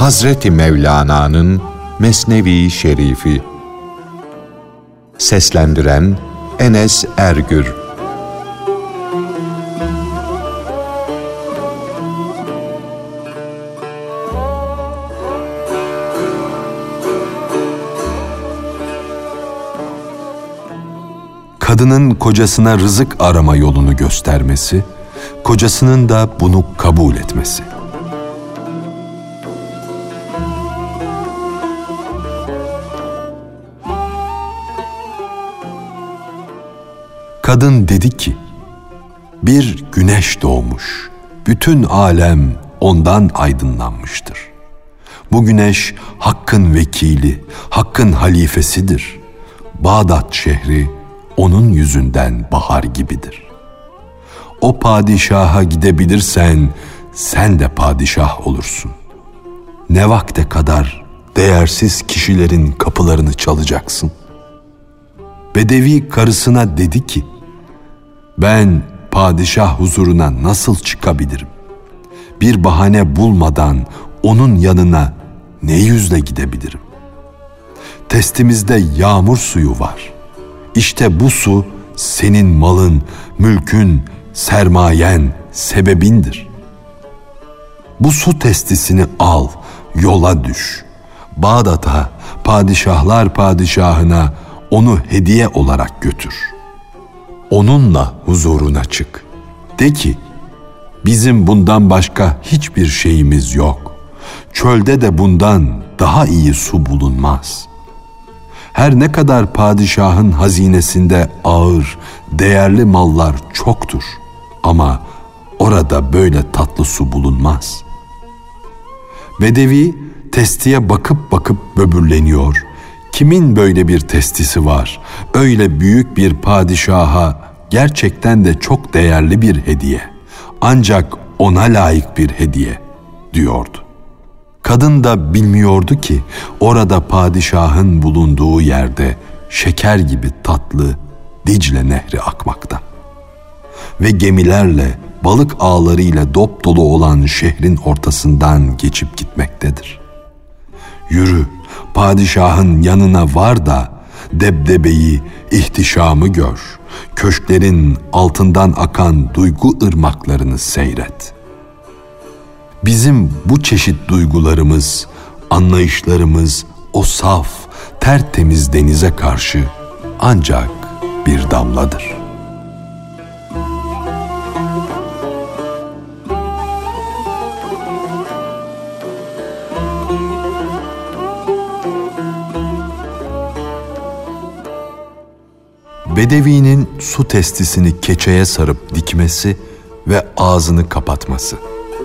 Hazreti Mevlana'nın Mesnevi Şerifi. Seslendiren Enes Ergür. Kadının kocasına rızık arama yolunu göstermesi, kocasının da bunu kabul etmesi. Kadın dedi ki, bir güneş doğmuş, bütün alem ondan aydınlanmıştır. Bu güneş Hakk'ın vekili, Hakk'ın halifesidir. Bağdat şehri onun yüzünden bahar gibidir. O padişaha gidebilirsen sen de padişah olursun. Ne vakte kadar değersiz kişilerin kapılarını çalacaksın? Bedevi karısına dedi ki, ben padişah huzuruna nasıl çıkabilirim? Bir bahane bulmadan onun yanına ne yüzle gidebilirim? Testimizde yağmur suyu var. İşte bu su senin malın, mülkün, sermayen, sebebindir. Bu su testisini al, yola düş. Bağdat'a, padişahlar padişahına onu hediye olarak götür. Onunla huzuruna çık. De ki, bizim bundan başka hiçbir şeyimiz yok. Çölde de bundan daha iyi su bulunmaz. Her ne kadar padişahın hazinesinde ağır, değerli mallar çoktur ama orada böyle tatlı su bulunmaz. Bedevi testiye bakıp bakıp böbürleniyor. Kimin böyle bir testisi var? Öyle büyük bir padişaha gerçekten de çok değerli bir hediye. Ancak ona layık bir hediye diyordu. Kadın da bilmiyordu ki orada padişahın bulunduğu yerde şeker gibi tatlı Dicle Nehri akmakta. Ve gemilerle, balık ağlarıyla dop dolu olan şehrin ortasından geçip gitmektedir. Yürü, padişahın yanına var da debdebeyi, ihtişamı gör. Köşklerin altından akan duygu ırmaklarını seyret. Bizim bu çeşit duygularımız, anlayışlarımız o saf, tertemiz denize karşı ancak bir damladır. Bedevinin su testisini keçeye sarıp dikmesi ve ağzını kapatması.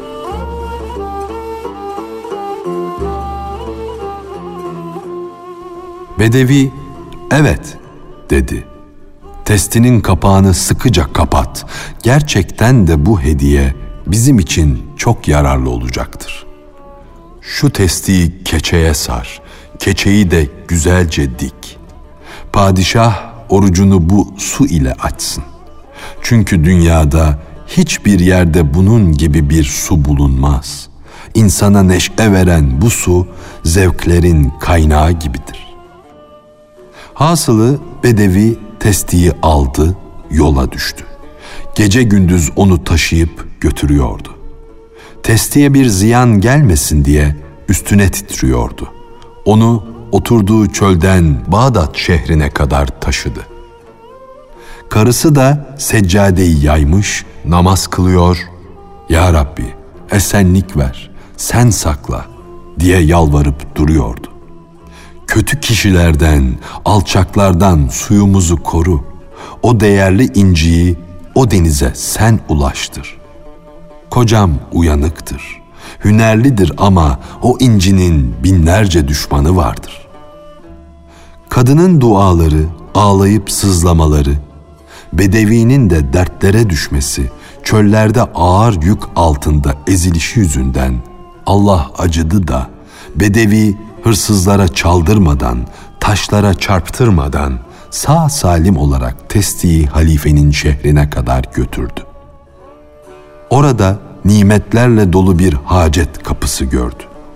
Bedevi, evet dedi. Testinin kapağını sıkıca kapat. Gerçekten de bu hediye bizim için çok yararlı olacaktır. Şu testiyi keçeye sar, keçeyi de güzelce dik. Padişah orucunu bu su ile açsın. Çünkü dünyada hiçbir yerde bunun gibi bir su bulunmaz. İnsana neşe veren bu su zevklerin kaynağı gibidir. Hasılı Bedevi testiyi aldı, yola düştü. Gece gündüz onu taşıyıp götürüyordu. Testiye bir ziyan gelmesin diye üstüne titriyordu. Onu oturduğu çölden Bağdat şehrine kadar taşıdı. Karısı da seccadeyi yaymış, namaz kılıyor. Ya Rabbi, esenlik ver, sen sakla diye yalvarıp duruyordu. Kötü kişilerden, alçaklardan suyumuzu koru. O değerli inciyi o denize sen ulaştır. Kocam uyanıktır, hünerlidir ama o incinin binlerce düşmanı vardır. Kadının duaları, ağlayıp sızlamaları, Bedevi'nin de dertlere düşmesi, çöllerde ağır yük altında ezilişi yüzünden Allah acıdı da Bedevi hırsızlara çaldırmadan, taşlara çarptırmadan sağ salim olarak testiyi halifenin şehrine kadar götürdü. Orada nimetlerle dolu bir hacet kapısı gördü.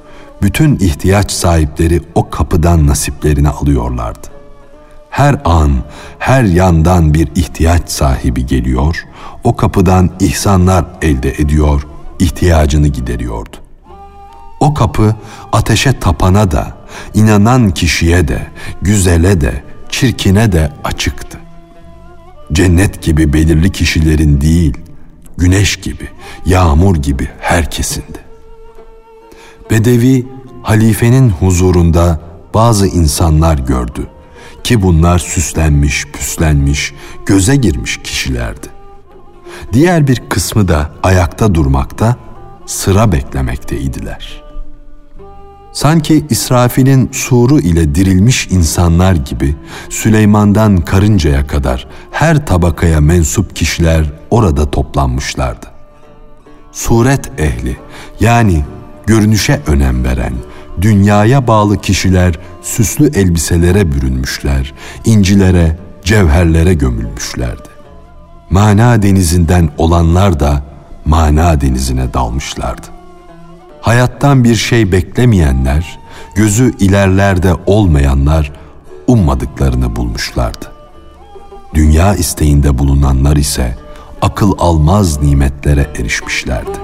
bütün ihtiyaç sahipleri o kapıdan nasiplerini alıyorlardı. Her an, her yandan bir ihtiyaç sahibi geliyor, o kapıdan ihsanlar elde ediyor, ihtiyacını gideriyordu. O kapı ateşe tapana da, inanan kişiye de, güzele de, çirkine de açıktı. Cennet gibi belirli kişilerin değil, güneş gibi, yağmur gibi herkesindi. Bedevi, halifenin huzurunda bazı insanlar gördü ki bunlar süslenmiş, püslenmiş, göze girmiş kişilerdi. Diğer bir kısmı da ayakta durmakta, sıra beklemekteydiler. Sanki İsrafil'in suru ile dirilmiş insanlar gibi Süleyman'dan karıncaya kadar her tabakaya mensup kişiler orada toplanmışlardı. Suret ehli, yani görünüşe önem veren, dünyaya bağlı kişiler süslü elbiselere bürünmüşler, incilere, cevherlere gömülmüşlerdi. Mana denizinden olanlar da mana denizine dalmışlardı. Hayattan bir şey beklemeyenler, gözü ilerlerde olmayanlar ummadıklarını bulmuşlardı. Dünya isteğinde bulunanlar ise akıl almaz nimetlere erişmişlerdi.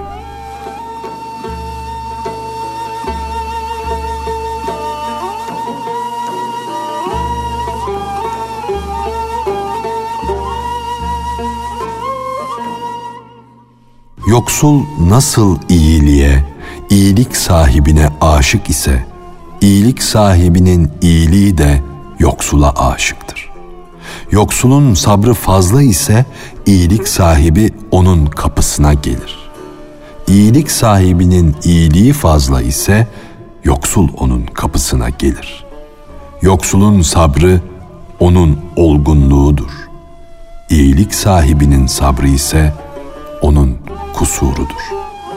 Yoksul nasıl iyiliğe, iyilik sahibine aşık ise, iyilik sahibinin iyiliği de yoksula aşıktır. Yoksulun sabrı fazla ise, iyilik sahibi onun kapısına gelir. İyilik sahibinin iyiliği fazla ise, yoksul onun kapısına gelir. Yoksulun sabrı onun olgunluğudur. İyilik sahibinin sabrı ise onun kusurudur.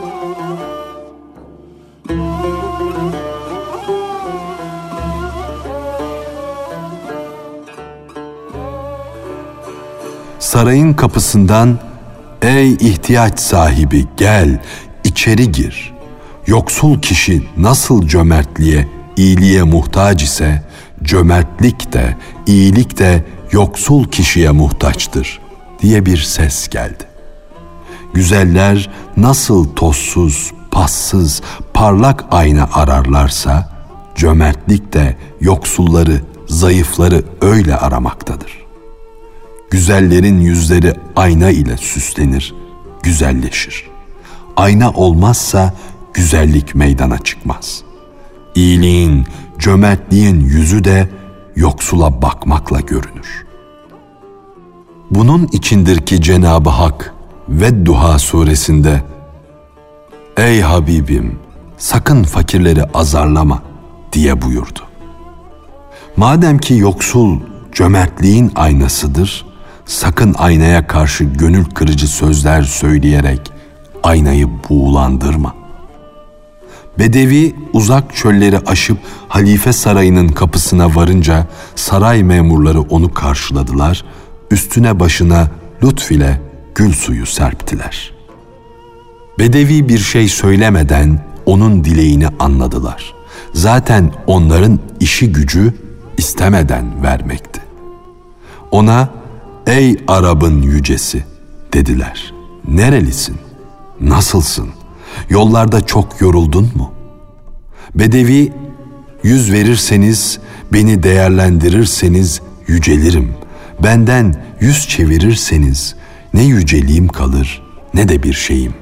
Sarayın kapısından "Ey ihtiyaç sahibi gel, içeri gir. Yoksul kişi nasıl cömertliğe, iyiliğe muhtaç ise, cömertlik de, iyilik de yoksul kişiye muhtaçtır" diye bir ses geldi. Güzeller nasıl tozsuz, passız, parlak ayna ararlarsa, cömertlik de yoksulları, zayıfları öyle aramaktadır. Güzellerin yüzleri ayna ile süslenir, güzelleşir. Ayna olmazsa güzellik meydana çıkmaz. İyiliğin, cömertliğin yüzü de yoksula bakmakla görünür. Bunun içindir ki Cenab-ı Hak Vedduha suresinde "Ey Habibim, sakın fakirleri azarlama" diye buyurdu. Madem ki yoksul cömertliğin aynasıdır, sakın aynaya karşı gönül kırıcı sözler söyleyerek aynayı buğulandırma. Bedevi uzak çölleri aşıp halife sarayının kapısına varınca saray memurları onu karşıladılar, üstüne başına lütf ile gül suyu serptiler. Bedevi bir şey söylemeden onun dileğini anladılar. Zaten onların işi gücü istemeden vermekti. Ona "Ey Arap'ın yücesi" dediler. "Nerelisin? Nasılsın? Yollarda çok yoruldun mu?" Bedevi, "Yüz verirseniz, beni değerlendirirseniz yücelirim. Benden yüz çevirirseniz ne yüceliğim kalır ne de bir şeyim."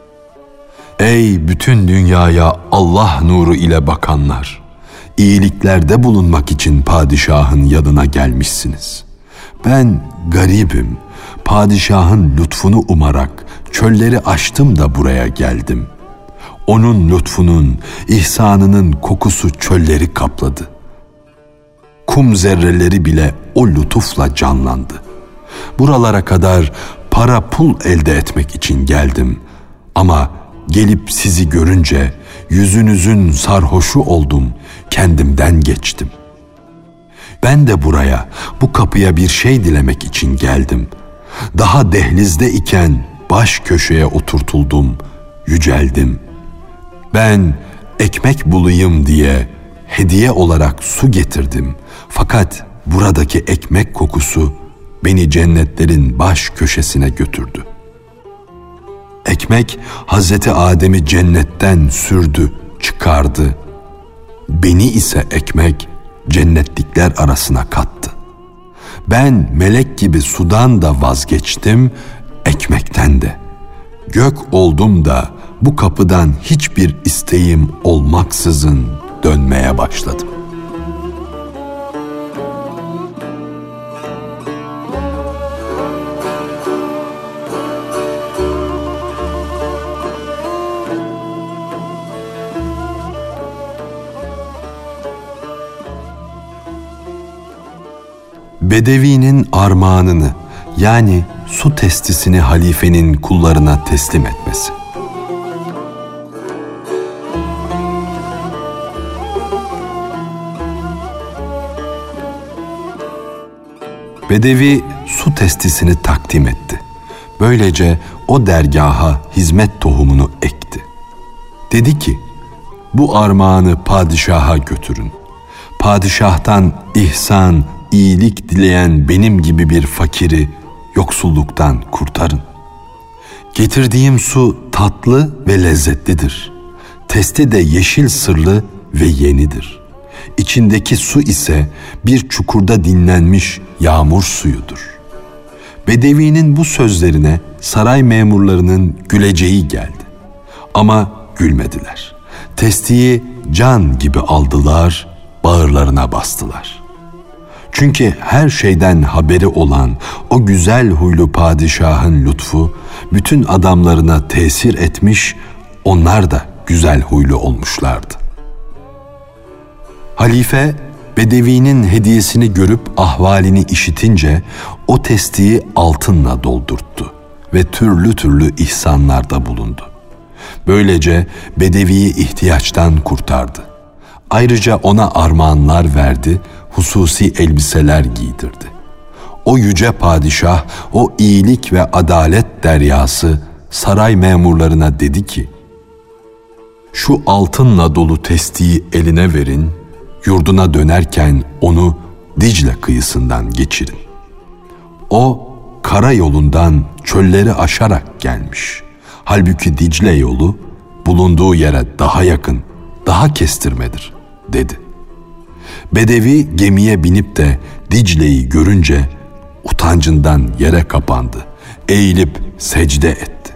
Ey bütün dünyaya Allah nuru ile bakanlar! İyiliklerde bulunmak için padişahın yanına gelmişsiniz. Ben garibim, padişahın lütfunu umarak çölleri aştım da buraya geldim. Onun lütfunun, ihsanının kokusu çölleri kapladı. Kum zerreleri bile o lütufla canlandı. Buralara kadar para pul elde etmek için geldim. Ama gelip sizi görünce yüzünüzün sarhoşu oldum, kendimden geçtim. Ben de buraya, bu kapıya bir şey dilemek için geldim. Daha dehlizde iken baş köşeye oturtuldum, yüceldim. Ben ekmek bulayım diye hediye olarak su getirdim. Fakat buradaki ekmek kokusu beni cennetlerin baş köşesine götürdü. Ekmek Hazreti Adem'i cennetten sürdü, çıkardı. Beni ise ekmek cennetlikler arasına kattı. Ben melek gibi sudan da vazgeçtim, ekmekten de. Gök oldum da bu kapıdan hiçbir isteğim olmaksızın dönmeye başladım. Bedevinin armağanını, yani su testisini halifenin kullarına teslim etmesi. Bedevi su testisini takdim etti. Böylece o dergaha hizmet tohumunu ekti. Dedi ki, bu armağanı padişaha götürün. Padişahtan ihsan, iyilik dileyen benim gibi bir fakiri yoksulluktan kurtarın. Getirdiğim su tatlı ve lezzetlidir. Testi de yeşil sırlı ve yenidir. İçindeki su ise bir çukurda dinlenmiş yağmur suyudur. Bedevinin bu sözlerine saray memurlarının güleceği geldi. Ama gülmediler. Testiyi can gibi aldılar, bağırlarına bastılar. Çünkü her şeyden haberi olan o güzel huylu padişahın lütfu bütün adamlarına tesir etmiş, onlar da güzel huylu olmuşlardı. Halife Bedevi'nin hediyesini görüp ahvalini işitince o testiyi altınla doldurttu ve türlü türlü ihsanlarda bulundu. Böylece Bedevi'yi ihtiyaçtan kurtardı. Ayrıca ona armağanlar verdi, hususi elbiseler giydirdi. O yüce padişah, o iyilik ve adalet deryası saray memurlarına dedi ki, şu altınla dolu testiyi eline verin, yurduna dönerken onu Dicle kıyısından geçirin. O kara yolundan çölleri aşarak gelmiş. Halbuki Dicle yolu bulunduğu yere daha yakın, daha kestirmedir, dedi. Bedevi gemiye binip de Dicle'yi görünce utancından yere kapandı, eğilip secde etti.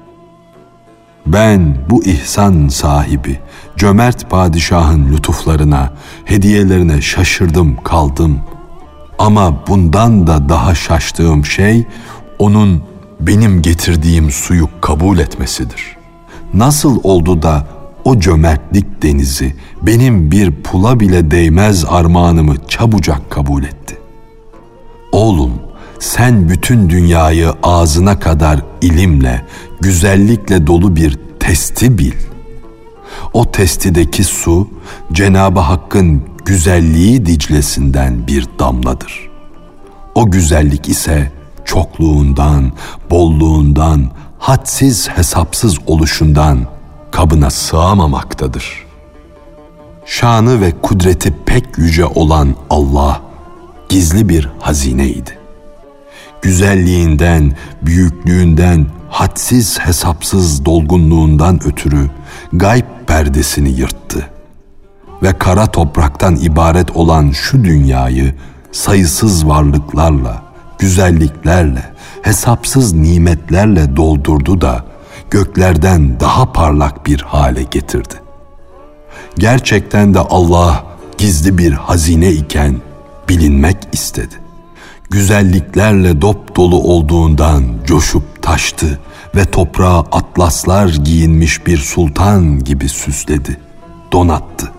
Ben bu ihsan sahibi, cömert padişahın lütuflarına, hediyelerine şaşırdım kaldım. Ama bundan da daha şaştığım şey, onun benim getirdiğim suyu kabul etmesidir. Nasıl oldu da o cömertlik denizi benim bir pula bile değmez armağanımı çabucak kabul etti. Oğlum, sen bütün dünyayı ağzına kadar ilimle, güzellikle dolu bir testi bil. O testideki su, Cenab-ı Hakk'ın güzelliği Dicle'sinden bir damladır. O güzellik ise çokluğundan, bolluğundan, hadsiz hesapsız oluşundan kabına sığamamaktadır. Şanı ve kudreti pek yüce olan Allah, gizli bir hazineydi. Güzelliğinden, büyüklüğünden, hadsiz hesapsız dolgunluğundan ötürü gayb perdesini yırttı ve kara topraktan ibaret olan şu dünyayı sayısız varlıklarla, güzelliklerle, hesapsız nimetlerle doldurdu da göklerden daha parlak bir hale getirdi. Gerçekten de Allah gizli bir hazine iken bilinmek istedi. Güzelliklerle dop dolu olduğundan coşup taştı ve toprağa atlaslar giyinmiş bir sultan gibi süsledi, donattı.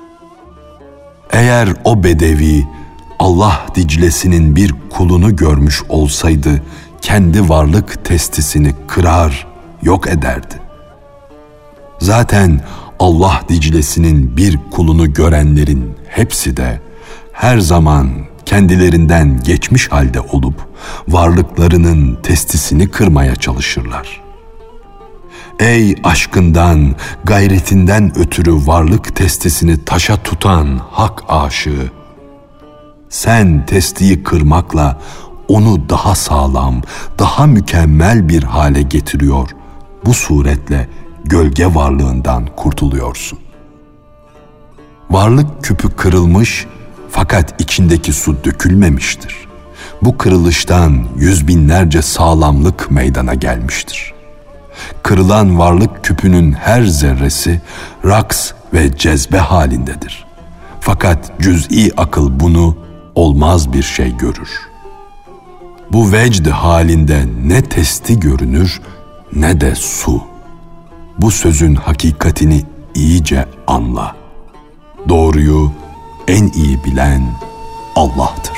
Eğer o bedevi Allah Dicle'sinin bir kulunu görmüş olsaydı, kendi varlık testisini kırar, yok ederdi. Zaten Allah Dicle'sinin bir kulunu görenlerin hepsi de her zaman kendilerinden geçmiş halde olup varlıklarının testisini kırmaya çalışırlar. Ey aşkından, gayretinden ötürü varlık testisini taşa tutan hak aşığı! Sen testiyi kırmakla onu daha sağlam, daha mükemmel bir hale getiriyor. Bu suretle gölge varlığından kurtuluyorsun. Varlık küpü kırılmış fakat içindeki su dökülmemiştir. Bu kırılıştan yüz binlerce sağlamlık meydana gelmiştir. Kırılan varlık küpünün her zerresi raks ve cezbe halindedir. Fakat cüz'i akıl bunu olmaz bir şey görür. Bu vecd halinde ne testi görünür ne de su. Bu sözün hakikatini iyice anla. Doğruyu en iyi bilen Allah'tır.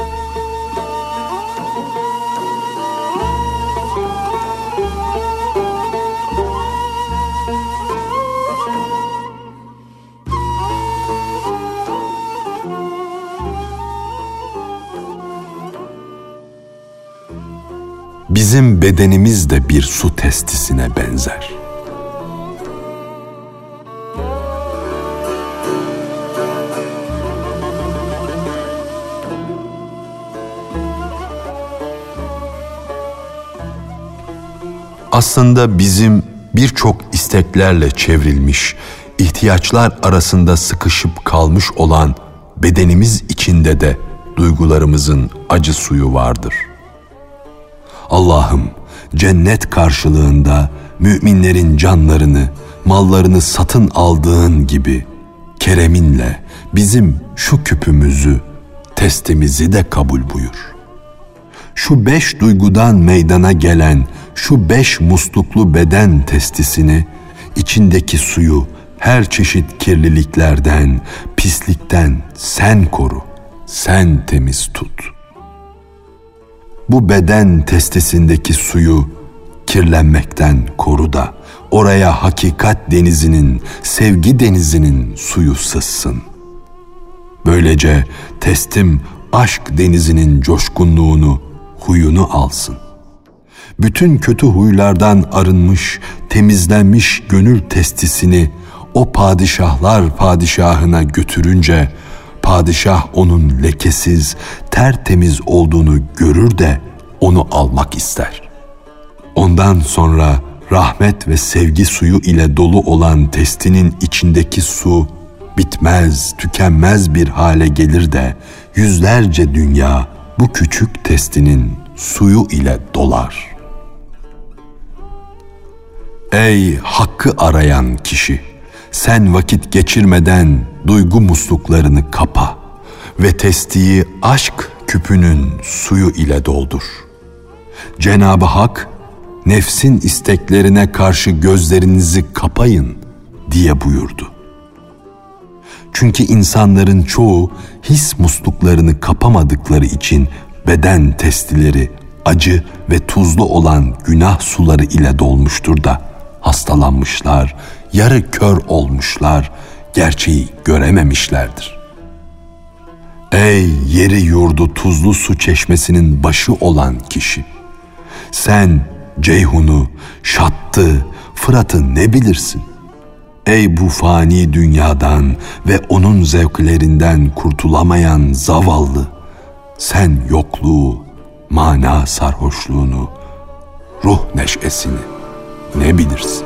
Bizim bedenimiz de bir su testisine benzer. Aslında bizim birçok isteklerle çevrilmiş, ihtiyaçlar arasında sıkışıp kalmış olan bedenimiz içinde de duygularımızın acı suyu vardır. Allah'ım, cennet karşılığında müminlerin canlarını, mallarını satın aldığın gibi kereminle bizim şu küpümüzü, testimizi de kabul buyur. Şu 5 duygudan meydana gelen şu 5 musluklu beden testisini, içindeki suyu her çeşit kirliliklerden, pislikten sen koru, sen temiz tut. Bu beden testisindeki suyu kirlenmekten koru da oraya hakikat denizinin, sevgi denizinin suyu sızsın. Böylece testim aşk denizinin coşkunluğunu, huyunu alsın. Bütün kötü huylardan arınmış, temizlenmiş gönül testisini o padişahlar padişahına götürünce, padişah onun lekesiz, tertemiz olduğunu görür de onu almak ister. Ondan sonra rahmet ve sevgi suyu ile dolu olan testinin içindeki su bitmez, tükenmez bir hale gelir de yüzlerce dünya bu küçük testinin suyu ile dolar. Ey hakkı arayan kişi! Sen vakit geçirmeden duygu musluklarını kapa ve testiyi aşk küpünün suyu ile doldur. Cenab-ı Hak, nefsin isteklerine karşı gözlerinizi kapayın diye buyurdu. Çünkü insanların çoğu his musluklarını kapamadıkları için beden testileri acı ve tuzlu olan günah suları ile dolmuştur da hastalanmışlar, yarı kör olmuşlar, gerçeği görememişlerdir. Ey yeri yurdu tuzlu su çeşmesinin başı olan kişi! Sen Ceyhun'u, Şatt'ı, Fırat'ı ne bilirsin? Ey bu fani dünyadan ve onun zevklerinden kurtulamayan zavallı! Sen yokluğu, mana sarhoşluğunu, ruh neşesini ne bilirsin?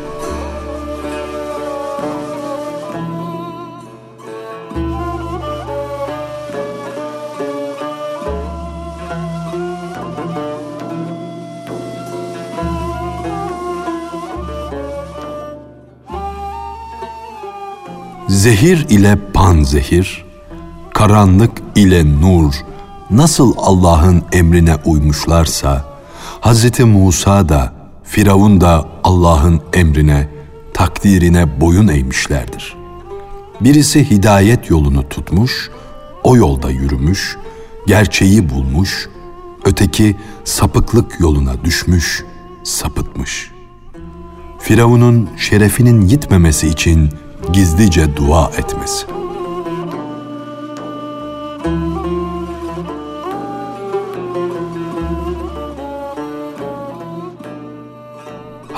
Zehir ile panzehir, karanlık ile nur nasıl Allah'ın emrine uymuşlarsa, Hz. Musa da, Firavun da Allah'ın emrine, takdirine boyun eğmişlerdir. Birisi hidayet yolunu tutmuş, o yolda yürümüş, gerçeği bulmuş, öteki sapıklık yoluna düşmüş, sapıtmış. Firavun'un şerefinin gitmemesi için gizlice dua etmesi.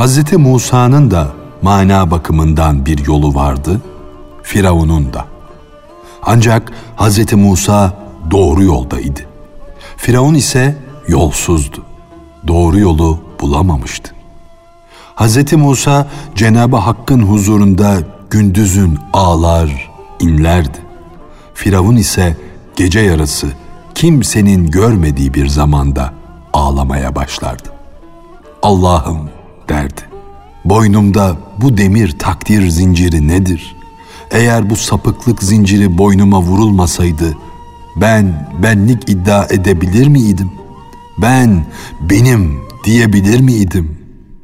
Hazreti Musa'nın da mana bakımından bir yolu vardı, Firavun'un da. Ancak Hazreti Musa doğru yoldaydı. Firavun ise yolsuzdu. Doğru yolu bulamamıştı. Hazreti Musa Cenab-ı Hakk'ın huzurunda gündüzün ağlar, inlerdi. Firavun ise gece yarısı kimsenin görmediği bir zamanda ağlamaya başlardı. Allah'ım derdi. Boynumda bu demir takdir zinciri nedir? Eğer bu sapıklık zinciri boynuma vurulmasaydı ben benlik iddia edebilir miydim? Ben benim diyebilir miydim?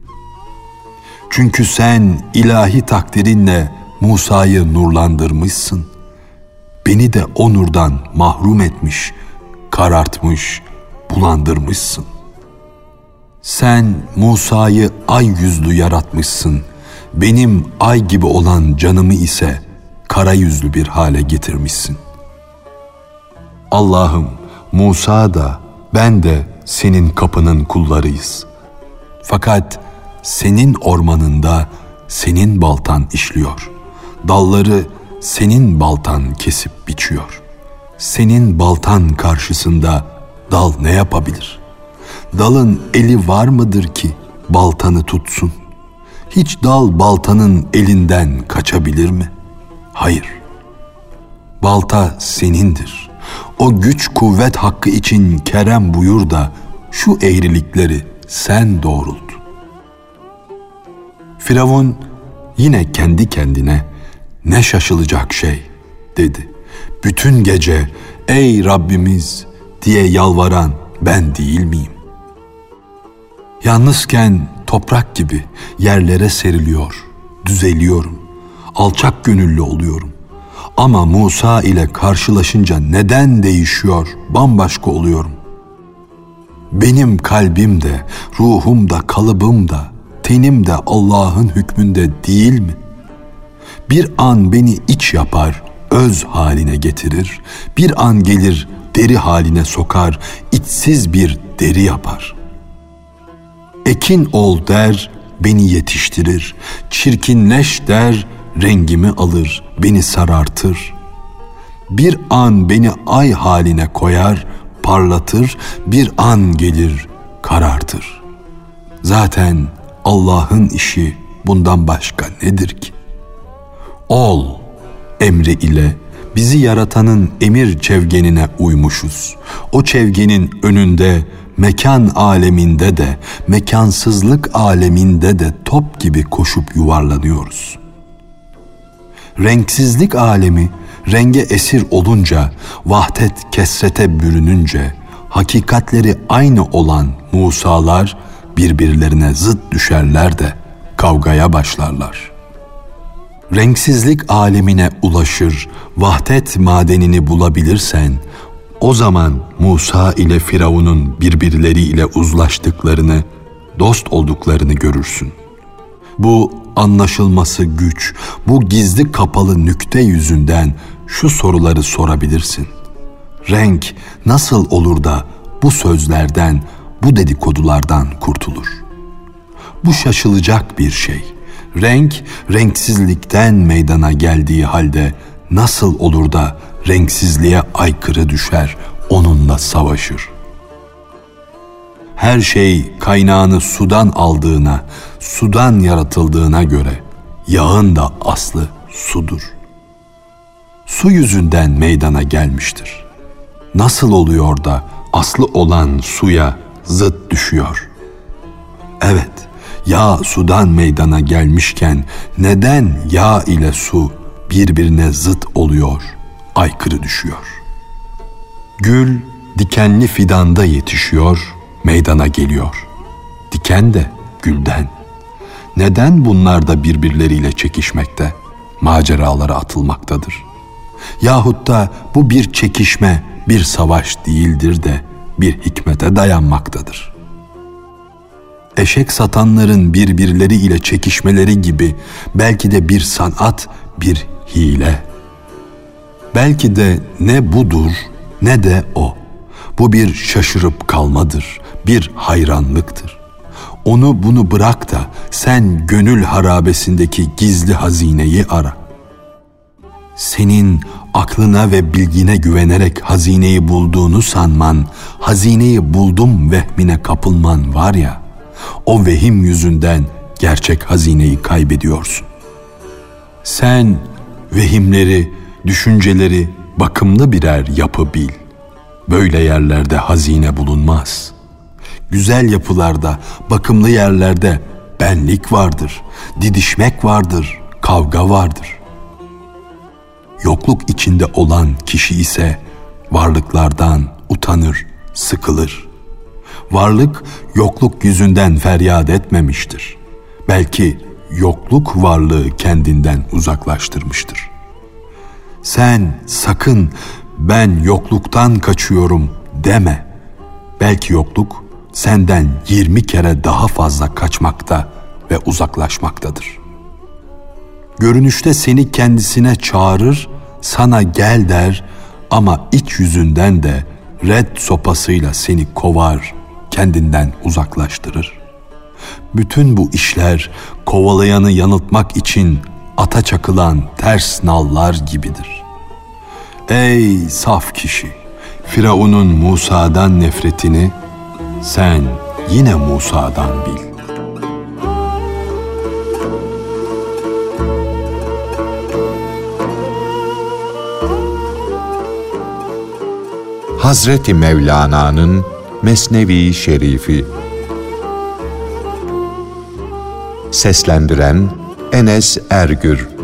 Çünkü sen ilahi takdirinle Musa'yı nurlandırmışsın. Beni de o nurdan mahrum etmiş, karartmış, bulandırmışsın. Sen Musa'yı ay yüzlü yaratmışsın. Benim ay gibi olan canımı ise kara yüzlü bir hale getirmişsin. Allah'ım, Musa da ben de senin kapının kullarıyız. Fakat senin ormanında senin baltan işliyor. Dalları senin baltan kesip biçiyor. Senin baltan karşısında dal ne yapabilir? Dalın eli var mıdır ki baltanı tutsun? Hiç dal baltanın elinden kaçabilir mi? Hayır. Balta senindir. O güç kuvvet hakkı için kerem buyur da şu eğrilikleri sen doğrult. Firavun yine kendi kendine ne şaşılacak şey dedi. Bütün gece ey Rabbimiz diye yalvaran ben değil miyim? Yalnızken toprak gibi yerlere seriliyor, düzeliyorum, alçak gönüllü oluyorum. Ama Musa ile karşılaşınca neden değişiyor, bambaşka oluyorum? Benim kalbim de, ruhum da, kalıbım da, tenim de Allah'ın hükmünde değil mi? Bir an beni iç yapar, öz haline getirir. Bir an gelir, deri haline sokar, içsiz bir deri yapar. Ekin ol der, beni yetiştirir. Çirkinleş der, rengimi alır, beni sarartır. Bir an beni ay haline koyar, parlatır, bir an gelir, karartır. Zaten Allah'ın işi bundan başka nedir ki? Ol emri ile bizi yaratanın emir çevgenine uymuşuz. O çevgenin önünde, mekan aleminde de, mekansızlık aleminde de top gibi koşup yuvarlanıyoruz. Renksizlik alemi renge esir olunca, vahdet kesrete bürününce, hakikatleri aynı olan Musalar birbirlerine zıt düşerler de kavgaya başlarlar. Renksizlik alemine ulaşır, vahdet madenini bulabilirsen, o zaman Musa ile Firavun'un birbirleriyle uzlaştıklarını, dost olduklarını görürsün. Bu anlaşılması güç, bu gizli kapalı nükte yüzünden şu soruları sorabilirsin. Renk nasıl olur da bu sözlerden, bu dedikodulardan kurtulur? Bu şaşılacak bir şey. Renk, renksizlikten meydana geldiği halde nasıl olur da renksizliğe aykırı düşer, onunla savaşır? Her şey kaynağını sudan aldığına, sudan yaratıldığına göre yağın da aslı sudur. Su yüzünden meydana gelmiştir. Nasıl oluyor da aslı olan suya zıt düşüyor? Evet, yağ sudan meydana gelmişken neden yağ ile su birbirine zıt oluyor, aykırı düşüyor? Gül dikenli fidanda yetişiyor, meydana geliyor. Diken de gülden. Neden bunlar da birbirleriyle çekişmekte, maceralara atılmaktadır? Yahut da bu bir çekişme, bir savaş değildir de bir hikmete dayanmaktadır. Eşek satanların birbirleriyle çekişmeleri gibi belki de bir sanat, bir hile. Belki de ne budur ne de o. Bu bir şaşırıp kalmadır, bir hayranlıktır. Onu bunu bırak da sen gönül harabesindeki gizli hazineyi ara. Senin aklına ve bilgine güvenerek hazineyi bulduğunu sanman, hazineyi buldum vehmine kapılman var ya, o vehim yüzünden gerçek hazineyi kaybediyorsun. Sen vehimleri, düşünceleri bakımlı birer yapı bil. Böyle yerlerde hazine bulunmaz. Güzel yapılarda, bakımlı yerlerde benlik vardır, didişmek vardır, kavga vardır. Yokluk içinde olan kişi ise varlıklardan utanır, sıkılır. Varlık yokluk yüzünden feryat etmemiştir. Belki yokluk varlığı kendinden uzaklaştırmıştır. Sen sakın ben yokluktan kaçıyorum deme. Belki yokluk senden 20 kere daha fazla kaçmakta ve uzaklaşmaktadır. Görünüşte seni kendisine çağırır, sana gel der ama iç yüzünden de red sopasıyla seni kovar, kendinden uzaklaştırır. Bütün bu işler kovalayanı yanıltmak için ata çakılan ters nallar gibidir. Ey saf kişi! Firavun'un Musa'dan nefretini sen yine Musa'dan bil. Hazreti Mevlana'nın Mesnevi Şerifi. Seslendiren Enes Ergür.